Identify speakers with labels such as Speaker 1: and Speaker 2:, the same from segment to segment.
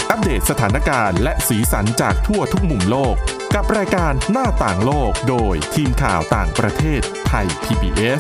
Speaker 1: อัปเดตสถานการณ์และสีสันจากทั่วทุกมุมโลกกับรายการหน้าต่างโลกโดยทีมข่าวต่างประเทศไทย PBS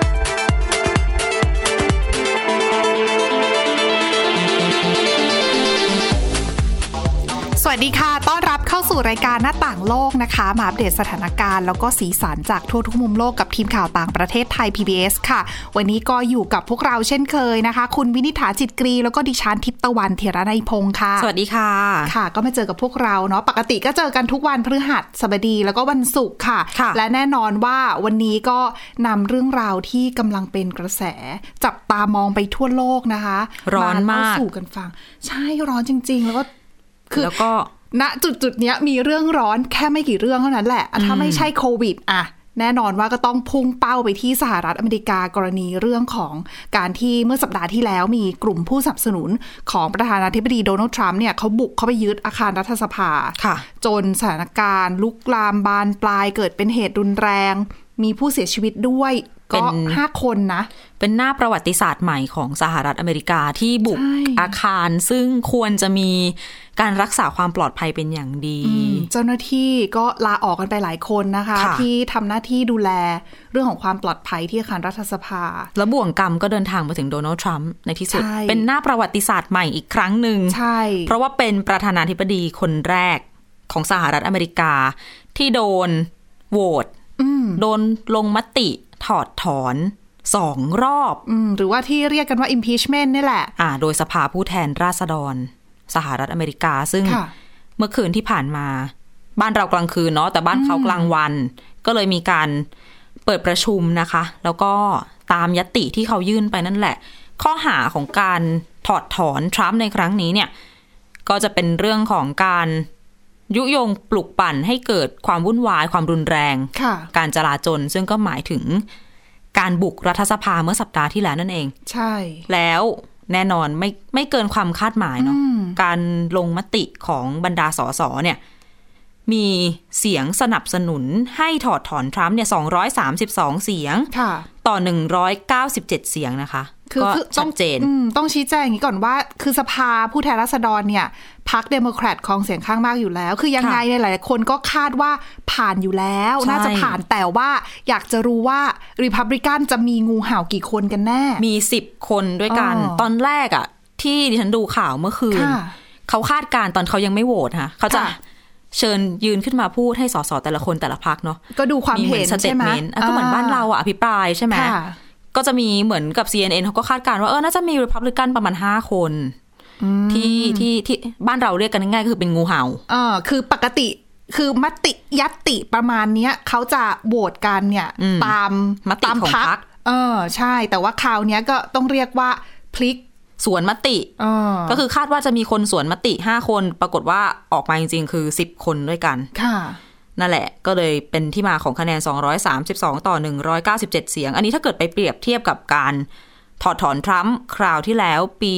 Speaker 2: สวัสดีค่ะต้อนรับเข้าสู่รายการหน้าต่างโลกนะคะมาอัปเดตสถานการณ์แล้วก็สีสันจากทั่วทุกมุมโลกกับทีมข่าวต่างประเทศไทย PBS ค่ะวันนี้ก็อยู่กับพวกเราเช่นเคยนะคะคุณวินิษฐาจิตกรีแล้วก็ดิฉันทิพย์ตะวันเถรนัยพงค์ค่ะ
Speaker 3: สวัสดีค่ะ
Speaker 2: ค่ะก็มาเจอกับพวกเราเนาะปกติก็เจอกันทุกวันพฤหัสบดีแล้วก็วันศุกร์ค่ะและแน่นอนว่าวันนี้ก็นำเรื่องราวที่กำลังเป็นกระแสจับตามองไปทั่วโลกนะคะ
Speaker 3: ร้อนมาก
Speaker 2: สู่กันฟังใช่ร้อนจริงๆแล้วก็ณจุดๆนี้มีเรื่องร้อนแค่ไม่กี่เรื่องเท่านั้นแหละถ้าไม่ใช่โควิดอะแน่นอนว่าก็ต้องพุ่งเป้าไปที่สหรัฐอเมริกากรณีเรื่องของการที่เมื่อสัปดาห์ที่แล้วมีกลุ่มผู้สนับสนุนของประธานาธิบดีโดนัลด์ทรัมป์เนี่ยเขาบุกเข้าไปยึดอาคารรัฐสภาจนสถานการณ์ลุกลามบานปลายเกิดเป็นเหตุรุนแรงมีผู้เสียชีวิตด้วยก็5 คนนะ
Speaker 3: เป็นหน้าประวัติศาสตร์ใหม่ของสหรัฐอเมริกาที่บุกอาคารซึ่งควรจะมีการรักษาความปลอดภัยเป็นอย่างดี
Speaker 2: เจ้าหน้าที่ก็ลาออกกันไปหลายคนนะคะที่ทำหน้าที่ดูแลเรื่องของความปลอดภัยที่อาคารรัฐสภา
Speaker 3: แล้วบ่วงกรรมก็เดินทางมาถึงโดนัลด์ทรัมป์ในที่สุดเป็นหน้าประวัติศาสตร์ใหม่อีกครั้งหนึ่งเพราะว่าเป็นประธานาธิบดีคนแรกของสหรัฐอเมริกาที่โดนโหวตโดนลงมติถอดถอน2 รอบ
Speaker 2: หรือว่าที่เรียกกันว่า impeachment นี่แหละ
Speaker 3: โดยสภาผู้แทนราษฎรสหรัฐอเมริกาซึ่งเมื่อคืนที่ผ่านมาบ้านเรากลางคืนเนาะแต่บ้านเขากลางวันก็เลยมีการเปิดประชุมนะคะแล้วก็ตามญัตติที่เขายื่นไปนั่นแหละข้อหาของการถอดถอนทรัมป์ในครั้งนี้เนี่ยก็จะเป็นเรื่องของการยุยงปลุกปั่นให้เกิดความวุ่นวายความรุนแรงการจลาจลซึ่งก็หมายถึงการบุกรัฐสภาเมื่อสัปดาห์ที่แล้วนั่นเอง
Speaker 2: ใช่
Speaker 3: แล้วแน่นอนไม่เกินความคาดหมายเนาะการลงมติของบรรดาสสเนี่ยมีเสียงสนับสนุนให้ถอดถอนทรัมป์เนี่ย232เสียงต่อ197เสียงนะคะก็ชัดเจน
Speaker 2: ต้องชี้แจงอย่างนี้ก่อนว่าคือสภาผู้แทนราษฎรเนี่ยพรรคเดโมแครตครองเสียงข้างมากอยู่แล้วคือยังไงในหลายๆคนก็คาดว่าผ่านอยู่แล้วน่าจะผ่านแต่ว่าอยากจะรู้ว่ารีพับลิกันจะมีงูเห่ากี่คนกันแน่
Speaker 3: มี10คนด้วยกันตอนแรกอ่ะที่ดิฉันดูข่าวเมื่อคืนเขาคาดการตอนเขายังไม่โหวตค่ะเขาจะเชิญยืนขึ้นมาพูดให้สสแต่ละคนแต่ละพรรคเนาะ
Speaker 2: ก็ดูความเห็นใช่ไหม
Speaker 3: ก็เหมือนบ้านเราอ่ะอภิปรายใช่ไหมก็จะมีเหมือนกับ CNN เขาก็คาดการณ์ว่าน่าจะมี Republican ประมาณ5 คนที่บ้านเราเรียกกันง่ายๆคือเป็นงูเห่า
Speaker 2: คือปกติคือมติญัตติประมาณเนี้ยเขาจะโหวตกันเนี่ยตาม
Speaker 3: มติของพรรค
Speaker 2: ใช่แต่ว่าคราวนี้ก็ต้องเรียกว่าพลิก
Speaker 3: สวนมติก็คือคาดว่าจะมีคนสวนมติ5 คนปรากฏว่าออกมาจริงๆคือ10 คนด้วยกัน
Speaker 2: ค่ะ
Speaker 3: นั่นแหละก็เลยเป็นที่มาของคะแนน232ต่อ197เสียงอันนี้ถ้าเกิดไปเปรียบเทียบกับการถอดถอนทรัมป์คราวที่แล้วปี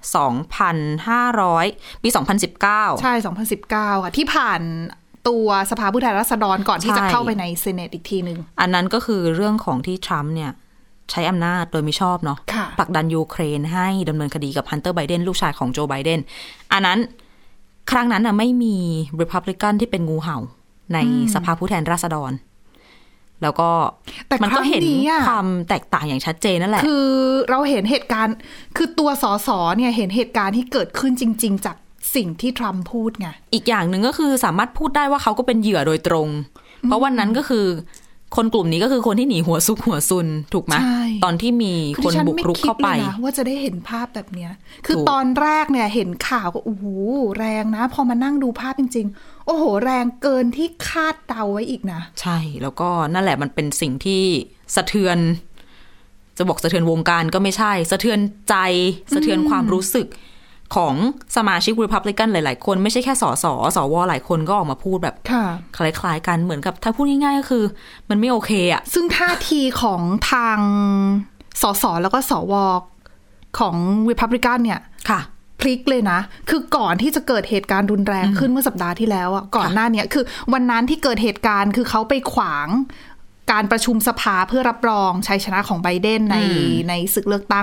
Speaker 3: 2019
Speaker 2: ใช่2019ค่ะที่ผ่านตัวสภาผู้แทนราษฎรก่อนที่จะเข้าไปในเซเนตอีกทีนึง
Speaker 3: อันนั้นก็คือเรื่องของที่ทรัมป์เนี่ยใช้อำนาจโดยมิชอบเนาะผลักดันยูเครนให้ดำเนินคดีกับฮันเตอร์ไบเดนลูกชายของโจไบเดนอันนั้นครั้งนั้นไม่มีรีพับลิกันที่เป็นงูเห่าในสภาผู้แทนราษฎรแล้วก็มันก็เห็นความแตกต่างอย่างชัดเจนนั่นแหละ
Speaker 2: คือเราเห็นเหตุการณ์คือตัวสสเนี่ยเห็นเหตุการณ์ที่เกิดขึ้นจริงๆจากสิ่งที่ทรัมป์พูดไง
Speaker 3: อีกอย่างหนึ่งก็คือสามารถพูดได้ว่าเขาก็เป็นเหยื่อโดยตรงเพราะวันนั้นก็คือคนกลุ่มนี้ก็คือคนที่หนีหัวซุกหัวซุนถูกไหมตอนที่มีคนบุกรุกเข้าไป
Speaker 2: ว่าจะได้เห็นภาพแบบเนี้ยคือตอนแรกเนี่ยเห็นข่าวก็โอ้โหแรงนะพอมานั่งดูภาพจริงๆโอ้โหแรงเกินที่คาดเดาไว้อีกนะ
Speaker 3: ใช่แล้วก็นั่นแหละมันเป็นสิ่งที่สะเทือนจะบอกสะเทือนวงการก็ไม่ใช่สะเทือนใจสะเทือนความรู้สึกของสมาชิก Republican หลายๆคนไม่ใช่แค่สวหลายคนก็ออกมาพูดแบบคล้ายๆกันเหมือนกับถ้าพูดง่ายๆก็คือมันไม่โอเคอ่ะ
Speaker 2: ซึ่งท่าทีของทางสสแล้วก็สวของ Republican เนี่ยพลิกเลยนะคือก่อนที่จะเกิดเหตุการณ์รุนแรงขึ้นเมื่อสัปดาห์ที่แล้วอ่ะก่อนหน้านี้คือวันนั้นที่เกิดเหตุการณ์คือเขาไปขวางการประชุมสภาเพื่อรับรองชัยชนะของไบเดนในศึกเลือกตั้ง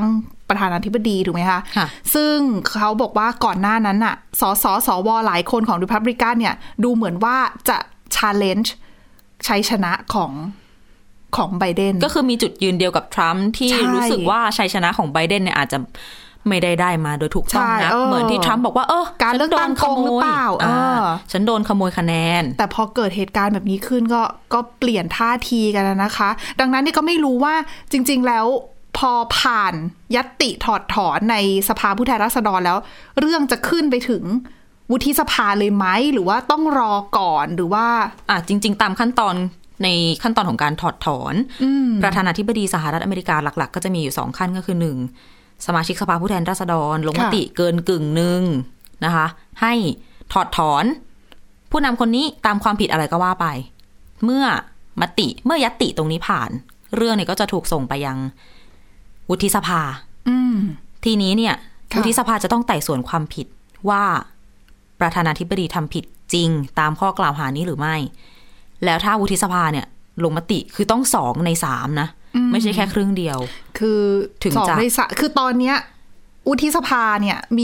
Speaker 2: ประธานาธิบดีถูกไหมคะซึ่งเขาบอกว่าก่อนหน้านั้นน่ะสวหลายคนของ Republican เนี่ยดูเหมือนว่าจะ challenge ชัยชนะของไบเดน
Speaker 3: ก็คือมีจุดยืนเดียวกับทรัมป์ที่รู้สึกว่าชัยชนะของไบเดนเนี่ยอาจจะไม่ได้มาโดยถูกต้องนะเหมือนที่ทรัมป์บอกว่า
Speaker 2: การเลือกตั้งโกงหรือเปล่า
Speaker 3: ฉันโดนขโมยคะแนน
Speaker 2: แต่พอเกิดเหตุการณ์แบบนี้ขึ้นก็เปลี่ยนท่าทีกันนะคะดังนั้นนี่ก็ไม่รู้ว่าจริงๆแล้วพอผ่านญัตติถอดถอนในสภาผู้แทนราษฎรแล้วเรื่องจะขึ้นไปถึงวุฒิสภาเลยไหมหรือว่าต้องรอก่อนหรือว่า
Speaker 3: จริงๆตามขั้นตอนในขั้นตอนของการถอดถอนประธานาธิบดีสหรัฐอเมริกาหลักๆก็จะมีอยู่2ขั้นก็คือ1สมาชิกสภาผู้แทนราษฎรลงมติเกินกึ่งหนึ่งนะคะให้ถอดถอนผู้นำคนนี้ตามความผิดอะไรก็ว่าไปเมื่อยัตติตรงนี้ผ่านเรื่องเนี่ยก็จะถูกส่งไปยังวุฒิสภาทีนี้เนี่ยวุฒิสภาจะต้องไต่สวนความผิดว่าประธานาธิบดีทำผิดจริงตามข้อกล่าวหานี้หรือไม่แล้วถ้าวุฒิสภาเนี่ยลงมติคือต้อง2 ใน 3นะไม่ใช่แค่ครึ่งเดียว
Speaker 2: คือถึง2 ใน 3คือตอนเนี้ยวุฒิสภาเนี่ยมี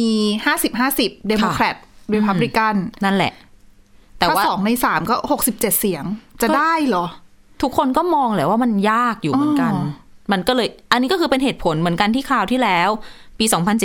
Speaker 2: 50-50 Democrat Republican
Speaker 3: นั่นแหละ
Speaker 2: แต่ว่า2 ใน 3ก็67เสียงจะได้เหรอ
Speaker 3: ทุกคนก็มองแหละว่ามันยากอยู่เหมือนกันมันก็เลยอันนี้ก็คือเป็นเหตุผลเหมือนกันที่คราวที่แล้วปี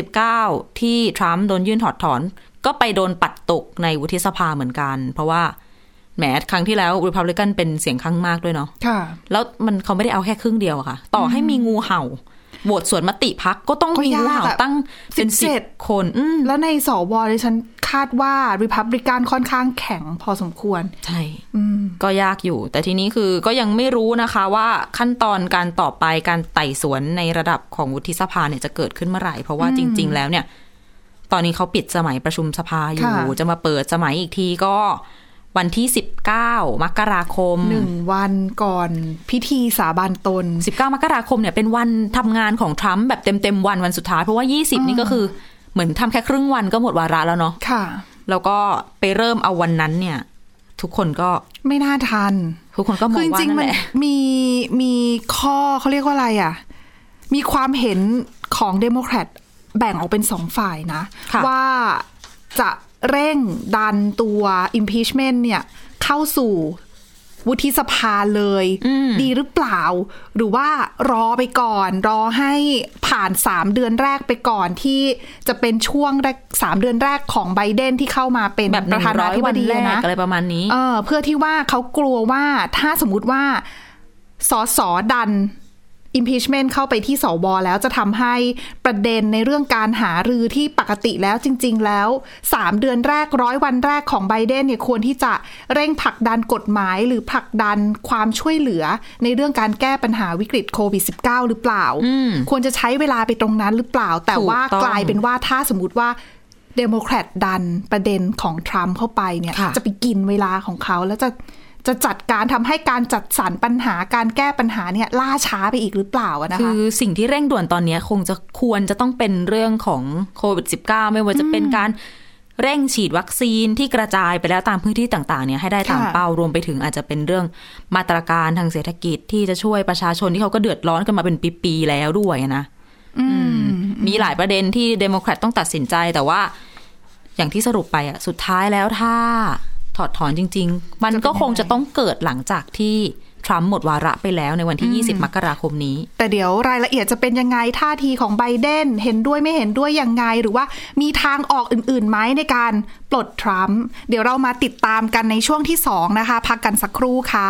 Speaker 3: 2019ที่ทรัมป์โดนยื่นถอดถอนก็ไปโดนปัดตกในวุฒิสภาเหมือนกันเพราะว่าแหมครั้งที่แล้ว Republican เป็นเสียงข้างมากด้วยเนาะแล้วเขาไม่ได้เอาแค่ครึ่งเดียวอะค่ะต่อให้มีงูเห่าโหวตสวนมติพรรคก็ต้องมีงูเห่าตั้งเป็น10 คน
Speaker 2: แล้วในสวดิฉันคาดว่า Republican ค่อนข้างแข็งพอสมควร
Speaker 3: ใช่ก็ยากอยู่แต่ทีนี้คือก็ยังไม่รู้นะคะว่าขั้นตอนการต่อไปการไต่สวนในระดับของวุฒิสภาเนี่ยจะเกิดขึ้นเมื่อไหร่เพราะว่าจริงๆแล้วเนี่ยตอนนี้เขาปิดสมัยประชุมสภาอยู่จะมาเปิดสมัยอีกทีก็วันที่19 มกราคม
Speaker 2: 1 วันก่อนพิธีสาบานตน
Speaker 3: 19 มกราคมเนี่ยเป็นวันทำงานของทรัมป์แบบเต็มๆวันสุดท้ายเพราะว่า20นี่ก็คือเหมือนทำแค่ครึ่งวันก็หมดวาระแล้วเนาะ
Speaker 2: ค่ะ
Speaker 3: แล้วก็ไปเริ่มเอาวันนั้นเนี่ยทุกคนก็
Speaker 2: ไม่น่าทัน
Speaker 3: ทุกคนก็มองว่านั่นแหละ
Speaker 2: มีข้อเขาเรียกว่าอะไรอ่ะมีความเห็นของเดโมแครตแบ่งออกเป็น2 ฝ่ายนะว่าจะเร่งดันตัว impeachment เนี่ยเข้าสู่วุฒิสภาเลยดีหรือเปล่าหรือว่ารอไปก่อนรอให้ผ่าน3 เดือนแรกไปก่อนที่จะเป็นช่วง3 เดือนแรกของไบเดนที่เข้ามาเป็นประธานาธิบดีนะ
Speaker 3: อะไรประมาณนี้
Speaker 2: เพื่อที่ว่าเขากลัวว่าถ้าสมมุติว่าสสดันimpeachment เข้าไปที่สวแล้วจะทำให้ประเด็นในเรื่องการหารือที่ปกติแล้วจริงๆแล้ว3 เดือนแรก100 วันแรกของไบเดนเนี่ยควรที่จะเร่งผลักดันกฎหมายหรือผลักดันความช่วยเหลือในเรื่องการแก้ปัญหาวิกฤตโควิด -19 หรือเปล่าควรจะใช้เวลาไปตรงนั้นหรือเปล่าแต่ว่ากลายเป็นว่าถ้าสมมุติว่าเดโมแครตดันประเด็นของทรัมป์เข้าไปเนี่ยจะไปกินเวลาของเขาแล้วจะจัดการทำให้การจัดสรรปัญหาการแก้ปัญหาเนี่ยล่าช้าไปอีกหรือเปล่านะคะ
Speaker 3: คือสิ่งที่เร่งด่วนตอนนี้ควรจะต้องเป็นเรื่องของโควิด -19 ไม่ว่าจะเป็นการเร่งฉีดวัคซีนที่กระจายไปแล้วตามพื้นที่ต่างๆเนี่ยให้ได้ตามเป้ารวมไปถึงอาจจะเป็นเรื่องมาตรการทางเศรษฐกิจที่จะช่วยประชาชนที่เขาก็เดือดร้อนกันมาเป็นปีๆแล้วด้วยนะมีหลายประเด็นที่เดโมแครตต้องตัดสินใจแต่ว่าอย่างที่สรุปไปอ่ะสุดท้ายแล้วถ้าถอดถอนจริงๆมันก็คงจะต้องเกิดหลังจากที่ทรัมป์หมดวาระไปแล้วในวันที่20 มกราคมนี้
Speaker 2: แต่เดี๋ยวรายละเอียดจะเป็นยังไงท่าทีของไบเดนเห็นด้วยไม่เห็นด้วยยังไงหรือว่ามีทางออกอื่นๆไหมในการปลดทรัมป์เดี๋ยวเรามาติดตามกันในช่วงที่2นะคะพักกันสักครู่ค่ะ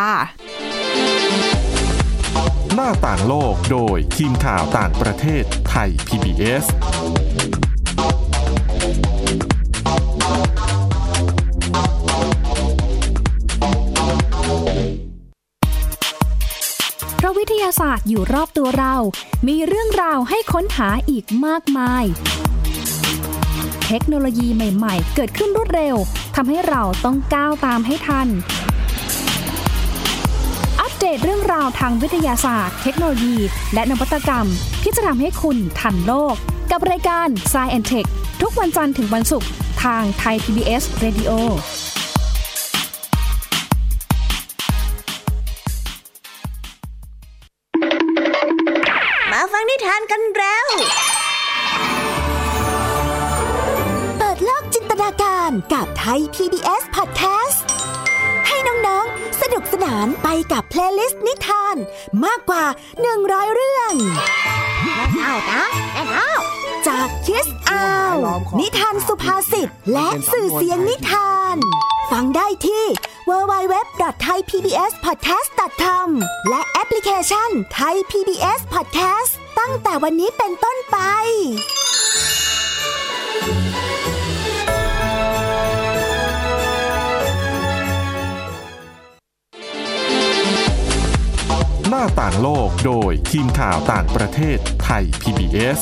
Speaker 1: หน้าต่างโลกโดยทีมข่าวต่างประเทศไทย PBS
Speaker 4: เพราะวิทยาศาสตร์อยู่รอบตัวเรามีเรื่องราวให้ค้นหาอีกมากมายเทคโนโลยีใหม่ๆเกิดขึ้นรวดเร็วทำให้เราต้องก้าวตามให้ทันอัปเดตเรื่องราวทางวิทยาศาสตร์เทคโนโลยีและนวัตกรรมที่จะทำให้คุณทันโลกกับรายการ Science and Tech ทุกวันจันทร์ถึงวันศุกร์ทางไทย PBS Radio
Speaker 5: มาฟังนิทานกันแล้วานกับไทย PBS Podcast ให้น้องๆสนุกสนานไปกับเพลย์ลิสต์นิทานมากกว่า100เรื่องเอานะเอาจากคิสอ้าวนิทานสุภาษิตและสื่อเสียงนิทานฟังได้ที่ www.thaipbspodcast.com และแอปพลิเคชัน Thai PBS Podcast ตั้งแต่วันนี้เป็นต้นไป
Speaker 1: หน้าต่างโลกโดยทีมข่าวต่างประเทศไทย PBS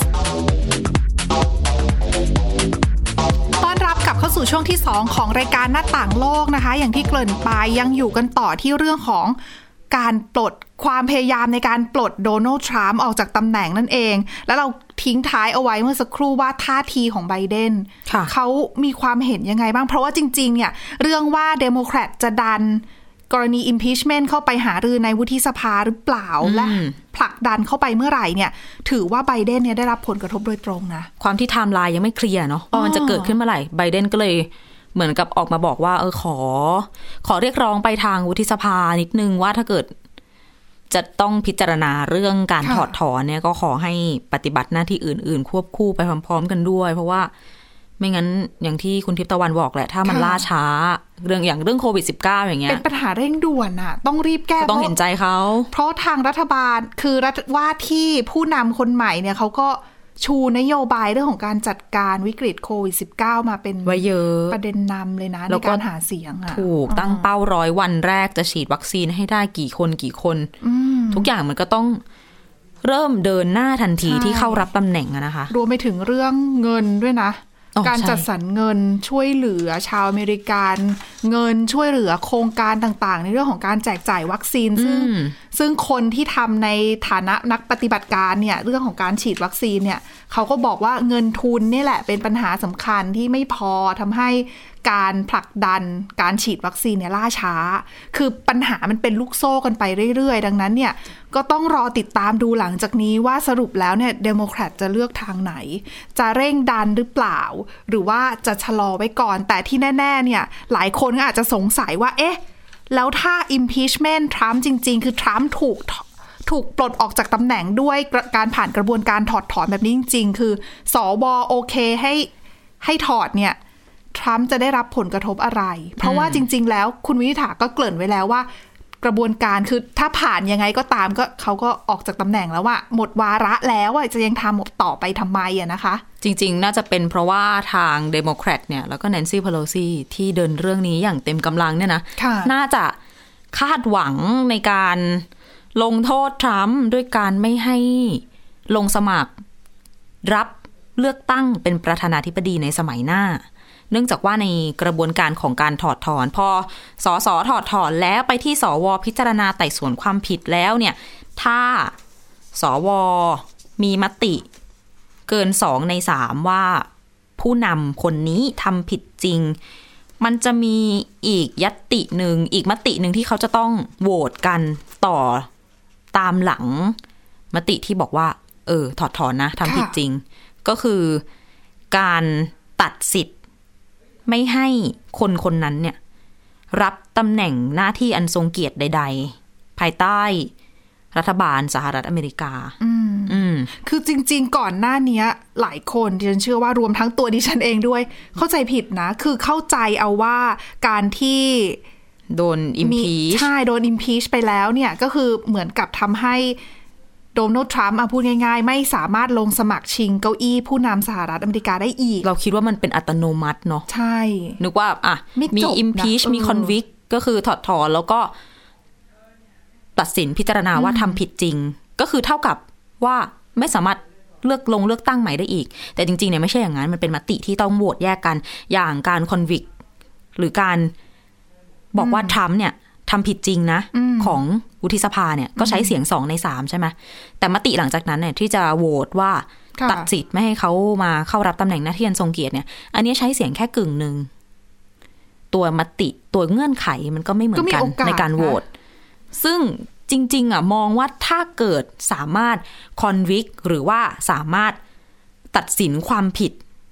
Speaker 2: ต้อนรับกลับเข้าสู่ช่วงที่2ของรายการหน้าต่างโลกนะคะอย่างที่เกริ่นไปยังอยู่กันต่อที่เรื่องของการปลดความพยายามในการปลดโดนัลด์ทรัมป์ออกจากตำแหน่งนั่นเองแล้วเราทิ้งท้ายเอาไว้เมื่อสักครู่ว่าท่าทีของไบเดนเขามีความเห็นยังไงบ้างเพราะว่าจริงๆเนี่ยเรื่องว่าเดโมแครตจะดันกรณี impeachment เข้าไปหารือในวุฒิสภาหรือเปล่าและผลักดันเข้าไปเมื่อไหร่เนี่ยถือว่าไบเดนเนี่ยได้รับผลกระทบโดยตรงนะ
Speaker 3: ความที่ไทม์ไลน์ยังไม่เคลียร์เนาะว่ามันจะเกิดขึ้นเมื่อไหร่ไบเดนก็เลยเหมือนกับออกมาบอกว่าขอเรียกร้องไปทางวุฒิสภานิดนึงว่าถ้าเกิดจะต้องพิจารณาเรื่องการถอดถอนเนี่ยก็ขอให้ปฏิบัติหน้าที่อื่นๆควบคู่ไปพร้อมๆกันด้วยเพราะว่าไม่งั้นอย่างที่คุณทิพย์ตะวันบอกแหละถ้ามันล่าช้าเรื่องโควิด -19 อย่างเงี้ย
Speaker 2: เป็นปัญหาเร่งด่วนอ่ะต้องรีบแก้
Speaker 3: ต้องเห็นใจเขา
Speaker 2: เพราะทางรัฐบาลคือว่าที่ผู้นำคนใหม่เนี่ยเขาก็ชูนโยบายเรื่องของการจัดการวิกฤตโควิด -19 มาเป็นประเด็นนำเลยนะในการหาเสียงอ่ะ
Speaker 3: ถูกตั้งเป้า100 วันแรกจะฉีดวัคซีนให้ได้กี่คนทุกอย่างมันก็ต้องเริ่มเดินหน้าทันทีที่เข้ารับตำแหน่งนะคะ
Speaker 2: รวมไปถึงเรื่องเงินด้วยนะการจัดสรรเงินช่วยเหลือชาวอเมริกันเงินช่วยเหลือโครงการต่างๆในเรื่องของการแจกจ่ายวัคซีนซึ่งคนที่ทำในฐานะนักปฏิบัติการเนี่ยเรื่องของการฉีดวัคซีนเนี่ยเขาก็บอกว่าเงินทุนนี่แหละเป็นปัญหาสำคัญที่ไม่พอทำให้การผลักดันการฉีดวัคซีนเนี่ยล่าช้าคือปัญหามันเป็นลูกโซ่กันไปเรื่อยๆดังนั้นเนี่ยก็ต้องรอติดตามดูหลังจากนี้ว่าสรุปแล้วเนี่ยเดโมแครตจะเลือกทางไหนจะเร่งดันหรือเปล่าหรือว่าจะชะลอไว้ก่อนแต่ที่แน่ๆเนี่ยหลายคนก็อาจจะสงสัยว่าเอ๊ะแล้วถ้า impeachment ทรัมป์จริงๆคือทรัมป์ถูกปลดออกจากตำแหน่งด้วยการผ่านกระบวนการถอดถอนแบบนี้จริงๆคือสวโอเคให้ถอดเนี่ยทรัมป์จะได้รับผลกระทบอะไรเพราะว่าจริงๆแล้วคุณวินิฐาก็เกริ่นไว้แล้วว่ากระบวนการคือถ้าผ่านยังไงก็ตามก็เขาก็ออกจากตำแหน่งแล้วว่าหมดวาระแล้วจะยังทำต่อไปทำไมนะคะ
Speaker 3: จริงๆน่าจะเป็นเพราะว่าทางเดโมแครตเนี่ยแล้วก็แนนซี่เพโลซีที่เดินเรื่องนี้อย่างเต็มกำลังเนี่ยนะน่าจะคาดหวังในการลงโทษทรัมป์ด้วยการไม่ให้ลงสมัครรับเลือกตั้งเป็นประธานาธิบดีในสมัยหน้าเนื่องจากว่าในกระบวนการของการถอดถอนพอสสถอดถอนแล้วไปที่สวพิจารณาไต่สวนความผิดแล้วเนี่ยถ้าสวมีมติเกิน2 ใน 3ว่าผู้นำคนนี้ทำผิดจริงมันจะมีอีกญัตติหนึ่งอีกมติหนึ่งที่เขาจะต้องโหวตกันต่อตามหลังมติที่บอกว่าถอดถอนนะทำผิดจริงก็คือการตัดสิทธิ์ไม่ให้คนนั้นเนี่ยรับตำแหน่งหน้าที่อันทรงเกียรติใดๆภายใต้รัฐบาลสหรัฐอเมริกา
Speaker 2: คือจริงๆก่อนหน้านี้หลายคนดิฉันเชื่อว่ารวมทั้งตัวดิฉันเองด้วยเข้าใจผิดนะคือเข้าใจเอาว่าการที่
Speaker 3: โดน impeach
Speaker 2: ใช่โดน impeach ไปแล้วเนี่ยก็คือเหมือนกับทำให้โดนัลด์ทรัมป์พูดง่ายๆไม่สามารถลงสมัครชิงเก้าอี้ผู้นำสหรัฐอเมริกาได้อีก
Speaker 3: เราคิดว่ามันเป็นอัตโนมัติเนาะ
Speaker 2: ใช่
Speaker 3: นึกว่ามี impeach มี convict ก็คือถอดถอนแล้วก็ตัดสินพิจารณาว่าทำผิดจริงก็คือเท่ากับว่าไม่สามารถเลือกตั้งใหม่ได้อีกแต่จริงๆเนี่ยไม่ใช่อย่างนั้นมันเป็นมติที่ต้องโหวตแยกกันอย่างการ convict หรือการบอกว่าทรัมป์เนี่ยทำผิดจริงนะของวุฒิสภาเนี่ยก็ใช้เสียง2 ใน 3ใช่ไหมแต่มติหลังจากนั้นเนี่ยที่จะโหวตว่าตัดสิทธิ์ไม่ให้เขามาเข้ารับตำแหน่งหน้าที่อันทรงเกียรติเนี่ยอันนี้ใช้เสียงแค่กึ่งนึงตัวมติตัวเงื่อนไขมันก็ไม่เหมือนกันในการโหวตซึ่งจริงๆมองว่าถ้าเกิดสามารถ convict หรือว่าสามารถตัดสินความผิด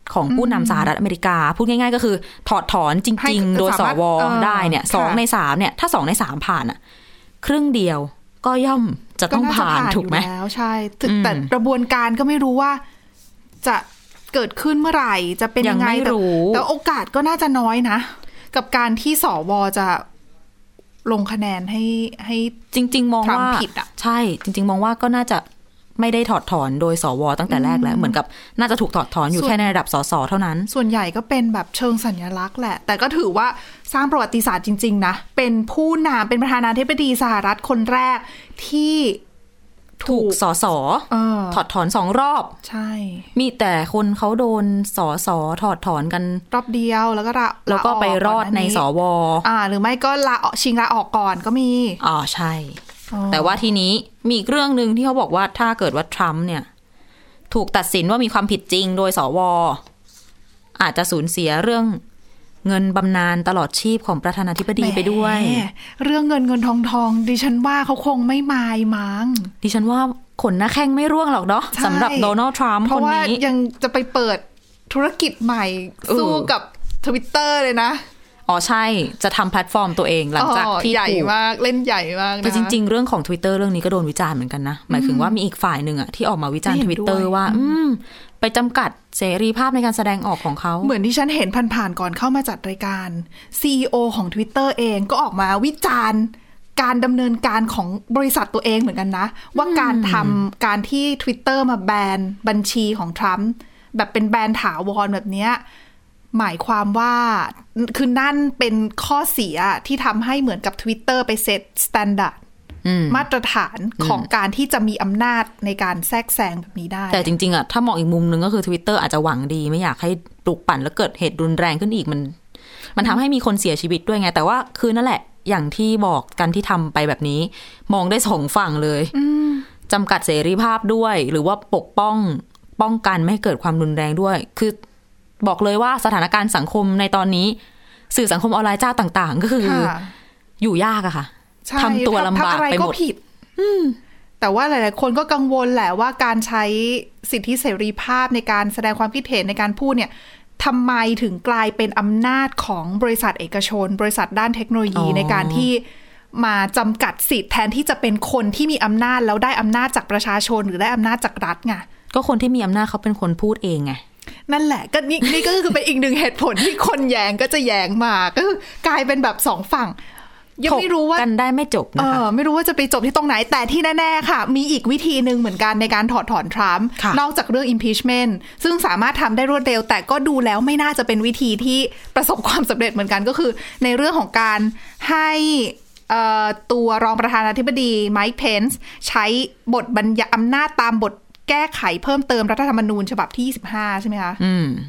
Speaker 3: ของผู้นำสหรัฐอเมริกาพูดง่ายๆก็คือถอดถอนจริงๆโดยสวได้เนี่ย2 ใน 3เนี่ยถ้า2 ใน 3ผ่านอ่ะครึ่งเดียวก็ย่อมจะต้องผ่านถูกไหม
Speaker 2: แล้วใช่แต่กระบวนการก็ไม่รู้ว่าจะเกิดขึ้นเมื่อไหร่จะเป็นยังไงแต่โอกาสก็น่าจะน้อยนะกับการที่สวจะลงคะแนนให้
Speaker 3: จริงๆมองว่าผิดอ่ะใช่จริงๆมองว่าก็น่าจะไม่ได้ถอดถอนโดยสวตั้งแต่แรกแล้วเหมือนกับน่าจะถูกถอดถอนอยู่แค่ในระดับสสเท่านั้น
Speaker 2: ส่วนใหญ่ก็เป็นแบบเชิงสัญลักษณ์แหละแต่ก็ถือว่าสร้างประวัติศาสตร์จริงๆนะเป็นผู้นำเป็นประธานาธิบดีสหรัฐคนแรกที่
Speaker 3: ถูกสสถอดถอน2 รอบ
Speaker 2: ใช่
Speaker 3: มีแต่คนเขาโดนสสถอดถอนกัน
Speaker 2: รอบเดียวแล้ว
Speaker 3: ก็ไปรอดในสว
Speaker 2: หรือไม่ก็ชิงลาออกก่อนก็มี
Speaker 3: ใช่แต่ว่าทีนี้มีอีกเรื่องนึงที่เขาบอกว่าถ้าเกิดว่าทรัมป์เนี่ยถูกตัดสินว่ามีความผิดจริงโดยสวอาจจะสูญเสียเรื่องเงินบำนาญตลอดชีพของประธานาธิบดีไปด้วย
Speaker 2: เรื่องเงินทองดิฉันว่าเขาคงไม่มายมั้ง
Speaker 3: ดิฉันว่าขนหน้าแข้งไม่ร่วงหรอกเนาะสำหรับโดนัลด์ทรัมป์คนนี้เพราะว่า
Speaker 2: ยังจะไปเปิดธุรกิจใหม่สู้กับ Twitter เลยนะ
Speaker 3: ใช่จะทำแพลตฟอร์มตัวเองหลังจากที่
Speaker 2: ใหญ่มากเล่นใหญ่มากนะ
Speaker 3: แต่จริงๆเรื่องของ Twitter เรื่องนี้ก็โดนวิจารณ์เหมือนกันนะหมายถึงว่ามีอีกฝ่ายหนึ่งอะที่ออกมาวิจารณ์ Twitter ว่าไปจำกัดเสรีภาพในการแสดงออกของเขา
Speaker 2: เหมือนที่ฉันเห็นผ่านๆก่อนเข้ามาจัดรายการ CEO ของ Twitter เองก็ออกมาวิจารณ์การดำเนินการของบริษัทตัวเองเหมือนกันนะว่าการที่ Twitter มาแบนบัญชีของทรัมป์แบบเป็นแบนถาวรแบบนี้หมายความว่าคือนั่นเป็นข้อเสียที่ทำให้เหมือนกับ Twitter ไปเซตสแตนดาร์ดมาตรฐานของการที่จะมีอำนาจในการแทรกแซงแบบนี้ได้
Speaker 3: แต่จริงๆอะถ้ามองอีกมุมนึงก็คือ Twitter อาจจะหวังดีไม่อยากให้ปลุกปั่นแล้วเกิดเหตุรุนแรงขึ้นอีกมันทำให้มีคนเสียชีวิตด้วยไงแต่ว่าคือนั่นแหละอย่างที่บอกกันที่ทำไปแบบนี้มองได้2 ฝั่งเลยจำกัดเสรีภาพด้วยหรือว่าปกป้องกันไม่ให้เกิดความรุนแรงด้วยคือบอกเลยว่าสถานการณ์สังคมในตอนนี้สื่อสังคมออนไลน์เจ้าต่างๆก็คืออยู่ยากอะค่ะทำตัวลำบากไปหมด
Speaker 2: แต่ว่าหลายๆคนก็กังวลแหละว่าการใช้สิทธิเสรีภาพในการแสดงความคิดเห็นในการพูดเนี่ยทำไมถึงกลายเป็นอำนาจของบริษัทเอกชนบริษัทด้านเทคโนโลยีในการที่มาจำกัดสิทธิ์แทนที่จะเป็นคนที่มีอำนาจแล้วได้อำนาจจากประชาชนหรือได้อำนาจจากรัฐไง
Speaker 3: ก็คนที่มีอำนาจเขาเป็นคนพูดเองไง
Speaker 2: นั่นแหละก็นี่ก็คือเป็นอีกหนึ่งเหตุผลที่คนแย้งก็จะแย้งมาก็คือกลายเป็นแบบ2 ฝั่งยังไม่รู้ว่า
Speaker 3: กันได้ไม่จบนะคะ
Speaker 2: ไม่รู้ว่าจะไปจบที่ตรงไหนแต่ที่แน่ๆค่ะมีอีกวิธีนึงเหมือนกันในการถอดถอนทรัมป์นอกจากเรื่อง impeachment ซึ่งสามารถทำได้รวดเร็วแต่ก็ดูแล้วไม่น่าจะเป็นวิธีที่ประสบความสำเร็จเหมือนกันก็คือในเรื่องของการให้ตัวรองประธานาธิบดีไมค์เพนซ์ใช้บทบัญญัติอำนาจตามบทแก้ไขเพิ่มเติมรัฐธรรมนูญฉบับที่25ใช่ไหมคะ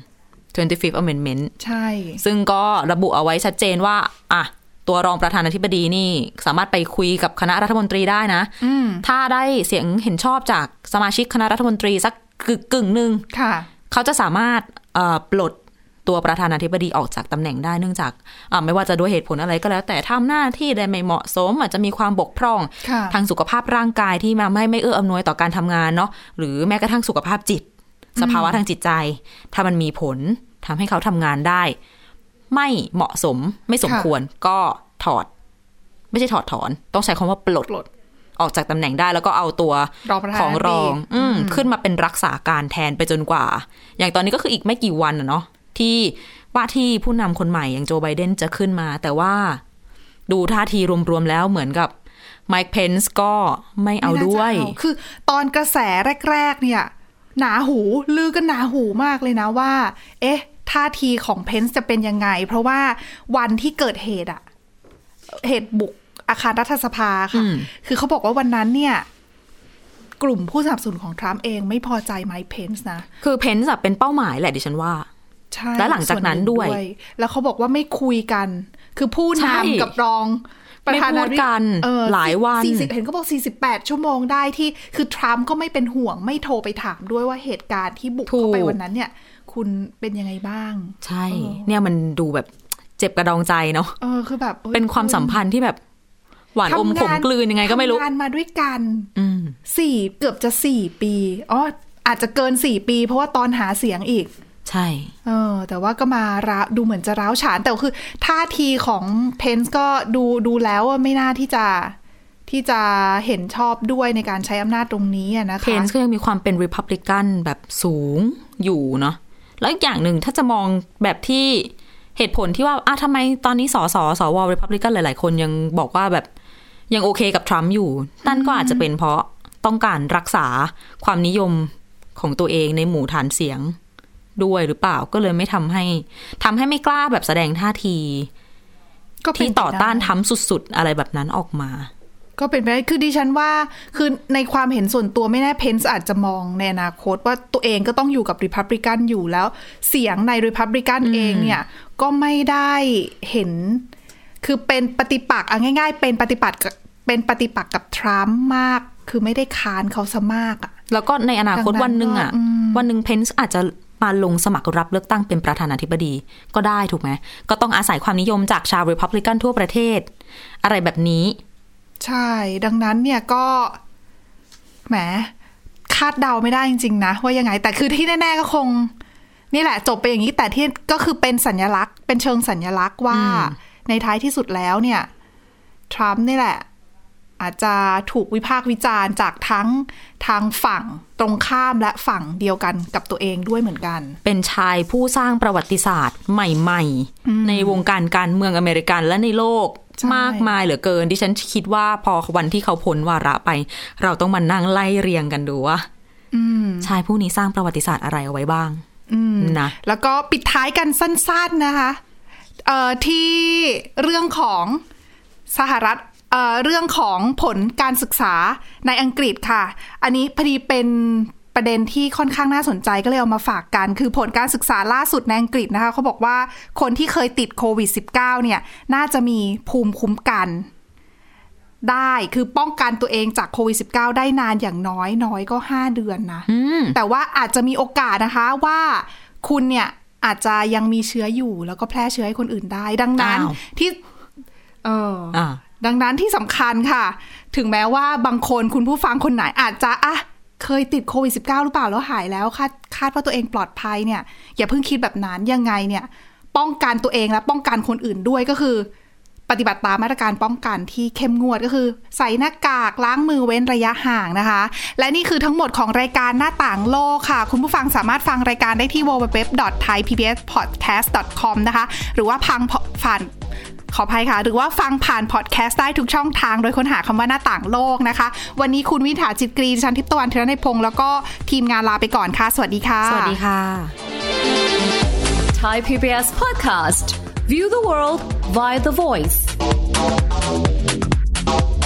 Speaker 3: 25th Amendment
Speaker 2: ใช่
Speaker 3: ซึ่งก็ระบุเอาไว้ชัดเจนว่าตัวรองประธานาธิบดีนี่สามารถไปคุยกับคณะรัฐมนตรีได้นะถ้าได้เสียงเห็นชอบจากสมาชิกคณะรัฐมนตรีสักกึ่งนึงเขาจะสามารถปลดตัวประธานาธิบดีออกจากตำแหน่งได้เนื่องจากไม่ว่าจะด้วยเหตุผลอะไรก็แล้วแต่ทำหน้าที่ได้ไม่เหมาะสมอาจจะมีความบกพร่องทางสุขภาพร่างกายที่ไม่เอื้ออำนวยต่อการทำงานเนาะหรือแม้กระทั่งสุขภาพจิตสภาวะทางจิตใจถ้ามันมีผลทำให้เขาทำงานได้ไม่เหมาะสมไม่สมควรก็ไม่ใช่ถอดถอนต้องใช้คำว่าปลดออกจากตำแหน่งได้แล้วก็เอาตัวของรองขึ้นมาเป็นรักษาการแทนไปจนกว่าอย่างตอนนี้ก็คืออีกไม่กี่วันเนาะที่ว่าที่ผู้นำคนใหม่อย่างโจไบเดนจะขึ้นมาแต่ว่าดูท่าทีรวมๆแล้วเหมือนกับไมค์เพนซ์ก็ไม่เอาด้วย
Speaker 2: คือตอนกระแสแรกๆเนี่ยหนาหูลือกันหนาหูมากเลยนะว่าท่าทีของเพนซ์จะเป็นยังไงเพราะว่าวันที่เกิดเหตุบุกอาคารรัฐสภาค่ะคือเขาบอกว่าวันนั้นเนี่ยกลุ่มผู้สนับสนุนของทรัมป์เองไม่พอใจไมค์เพนซ์นะ
Speaker 3: คือเพนซ์เป็นเป้าหมายแหละดิฉันว่าและหลังจากนั้นด้วย
Speaker 2: แล้วเขาบอกว่าไม่คุยกันคือผู้นำกับรองประธานาธิบดี
Speaker 3: หลายวัน
Speaker 2: 40เห็นเขาบอก48ชั่วโมงได้ที่คือทรัมป์ก็ไม่เป็นห่วงไม่โทรไปถามด้วยว่าเหตุการณ์ที่บุกเข้าไปวันนั้นเนี่ยคุณเป็นยังไงบ้าง
Speaker 3: ใช่เนี่ยมันดูแบบเจ็บกระดองใจเนาะ
Speaker 2: คือแบบ
Speaker 3: เป็นความสัมพันธ์ที่แบบหวานอมขมกลืนยังไงก็ไม่รู้
Speaker 2: ทำงานมาด้วยกันเกือบจะ4 ปีอาจจะเกิน4 ปีเพราะว่าตอนหาเสียงอีก
Speaker 3: ใช่
Speaker 2: แต่ว่าก็มาดูเหมือนจะร้าวฉานแต่คือท่าทีของเพนส์ก็ดูแล้วว่าไม่น่าที่จะเห็นชอบด้วยในการใช้อำนาจตรงนี้นะคะ
Speaker 3: เพนส์ก็ยังมีความเป็น Republican แบบสูงอยู่เนาะแล้วอีกอย่างหนึ่งถ้าจะมองแบบที่เหตุผลที่ว่าทำไมตอนนี้สว Republican หลายๆคนยังบอกว่าแบบยังโอเคกับทรัมป์อยู่นั่นก็อาจจะเป็นเพราะต้องการรักษาความนิยมของตัวเองในหมู่ฐานเสียงด้วยหรือเปล่าก็เลยไม่ทำให้ไม่กล้าแบบแสดงท่าทีที่ต่อต้านทรัมป์สุดๆอะไรแบบนั้นออกมา
Speaker 2: ก็เป็นไปได้คือดิฉันว่าคือในความเห็นส่วนตัวไม่แน่เพนส์อาจจะมองในอนาคตว่าตัวเองก็ต้องอยู่กับริพับลิกันอยู่แล้วเสียงในริพับลิกันเองเนี่ยก็ไม่ได้เห็นคือเป็นปฏิปักษ์ง่ายๆเป็นปฏิปักษ์กับทรัมป์มากคือไม่ได้ค้านเขาซะมากอ่ะ
Speaker 3: แล้วก็ในอนาคตวันหนึ่งเพนส์อาจจะมาลงสมัครรับเลือกตั้งเป็นประธานาธิบดีก็ได้ถูกไหมก็ต้องอาศัยความนิยมจากชาวริพับลิกันทั่วประเทศอะไรแบบนี้
Speaker 2: ใช่ดังนั้นเนี่ยก็แหมคาดเดาไม่ได้จริงๆนะว่ายังไงแต่คือที่แน่ๆก็คงนี่แหละจบไปอย่างนี้แต่ที่ก็คือเป็นสัญลักษณ์เป็นเชิงสัญลักษณ์ว่าในท้ายที่สุดแล้วเนี่ยทรัมป์นี่แหละอาจจะถูกวิพากษ์วิจารณ์จากทั้งทางฝั่งตรงข้ามและฝั่งเดียวกันกับตัวเองด้วยเหมือนกัน
Speaker 3: เป็นชายผู้สร้างประวัติศาสตร์ใหม่ๆในวงการการเมืองอเมริกันและในโลกมากมายเหลือเกินดิฉันคิดว่าพอวันที่เขาพ้นวาระไปเราต้องมานั่งไล่เรียงกันดูว่าชายผู้นี้สร้างประวัติศาสตร์อะไรเอาไว้บ้าง
Speaker 2: นะแล้วก็ปิดท้ายกันสั้นๆนะคะที่เรื่องของสหรัฐเรื่องของผลการศึกษาในอังกฤษค่ะอันนี้พอดีเป็นประเด็นที่ค่อนข้างน่าสนใจก็เลยเอามาฝากกันคือผลการศึกษาล่าสุดในอังกฤษนะคะเขาบอกว่าคนที่เคยติดโควิด -19 เนี่ยน่าจะมีภูมิคุ้มกันได้คือป้องกันตัวเองจากโควิด -19 ได้นานอย่างน้อยก็5เดือนนะแต่ว่าอาจจะมีโอกาสนะคะว่าคุณเนี่ยอาจจะยังมีเชื้ออยู่แล้วก็แพร่เชื้อให้คนอื่นได้ดังนั้นที่ดังนั้นที่สำคัญค่ะถึงแม้ว่าบางคนคุณผู้ฟังคนไหนอาจจะเคยติดโควิด -19 หรือเปล่าแล้วหายแล้วคาดว่าตัวเองปลอดภัยเนี่ยอย่าเพิ่งคิดแบบนั้นยังไงเนี่ยป้องกันตัวเองและป้องกันคนอื่นด้วยก็คือปฏิบัติตามมาตรการป้องกันที่เข้มงวดก็คือใส่หน้ากากล้างมือเว้นระยะห่างนะคะและนี่คือทั้งหมดของรายการหน้าต่างโลกค่ะคุณผู้ฟังสามารถฟังรายการได้ที่ www.thaipbspodcast.com นะคะหรือว่าขออภัยค่ะหรือว่าฟังผ่านพอดแคสต์ได้ทุกช่องทางโดยค้นหาคำว่าหน้าต่างโลกนะคะวันนี้คุณวิถาจิตกรีชันทิพย์ตะวันธีรนัยพงษ์แล้วก็ทีมงานลาไปก่อนค่ะสวัสดีค่ะ
Speaker 3: สวัสดีค่ะ
Speaker 4: Thai PBS Podcast View the world via the voice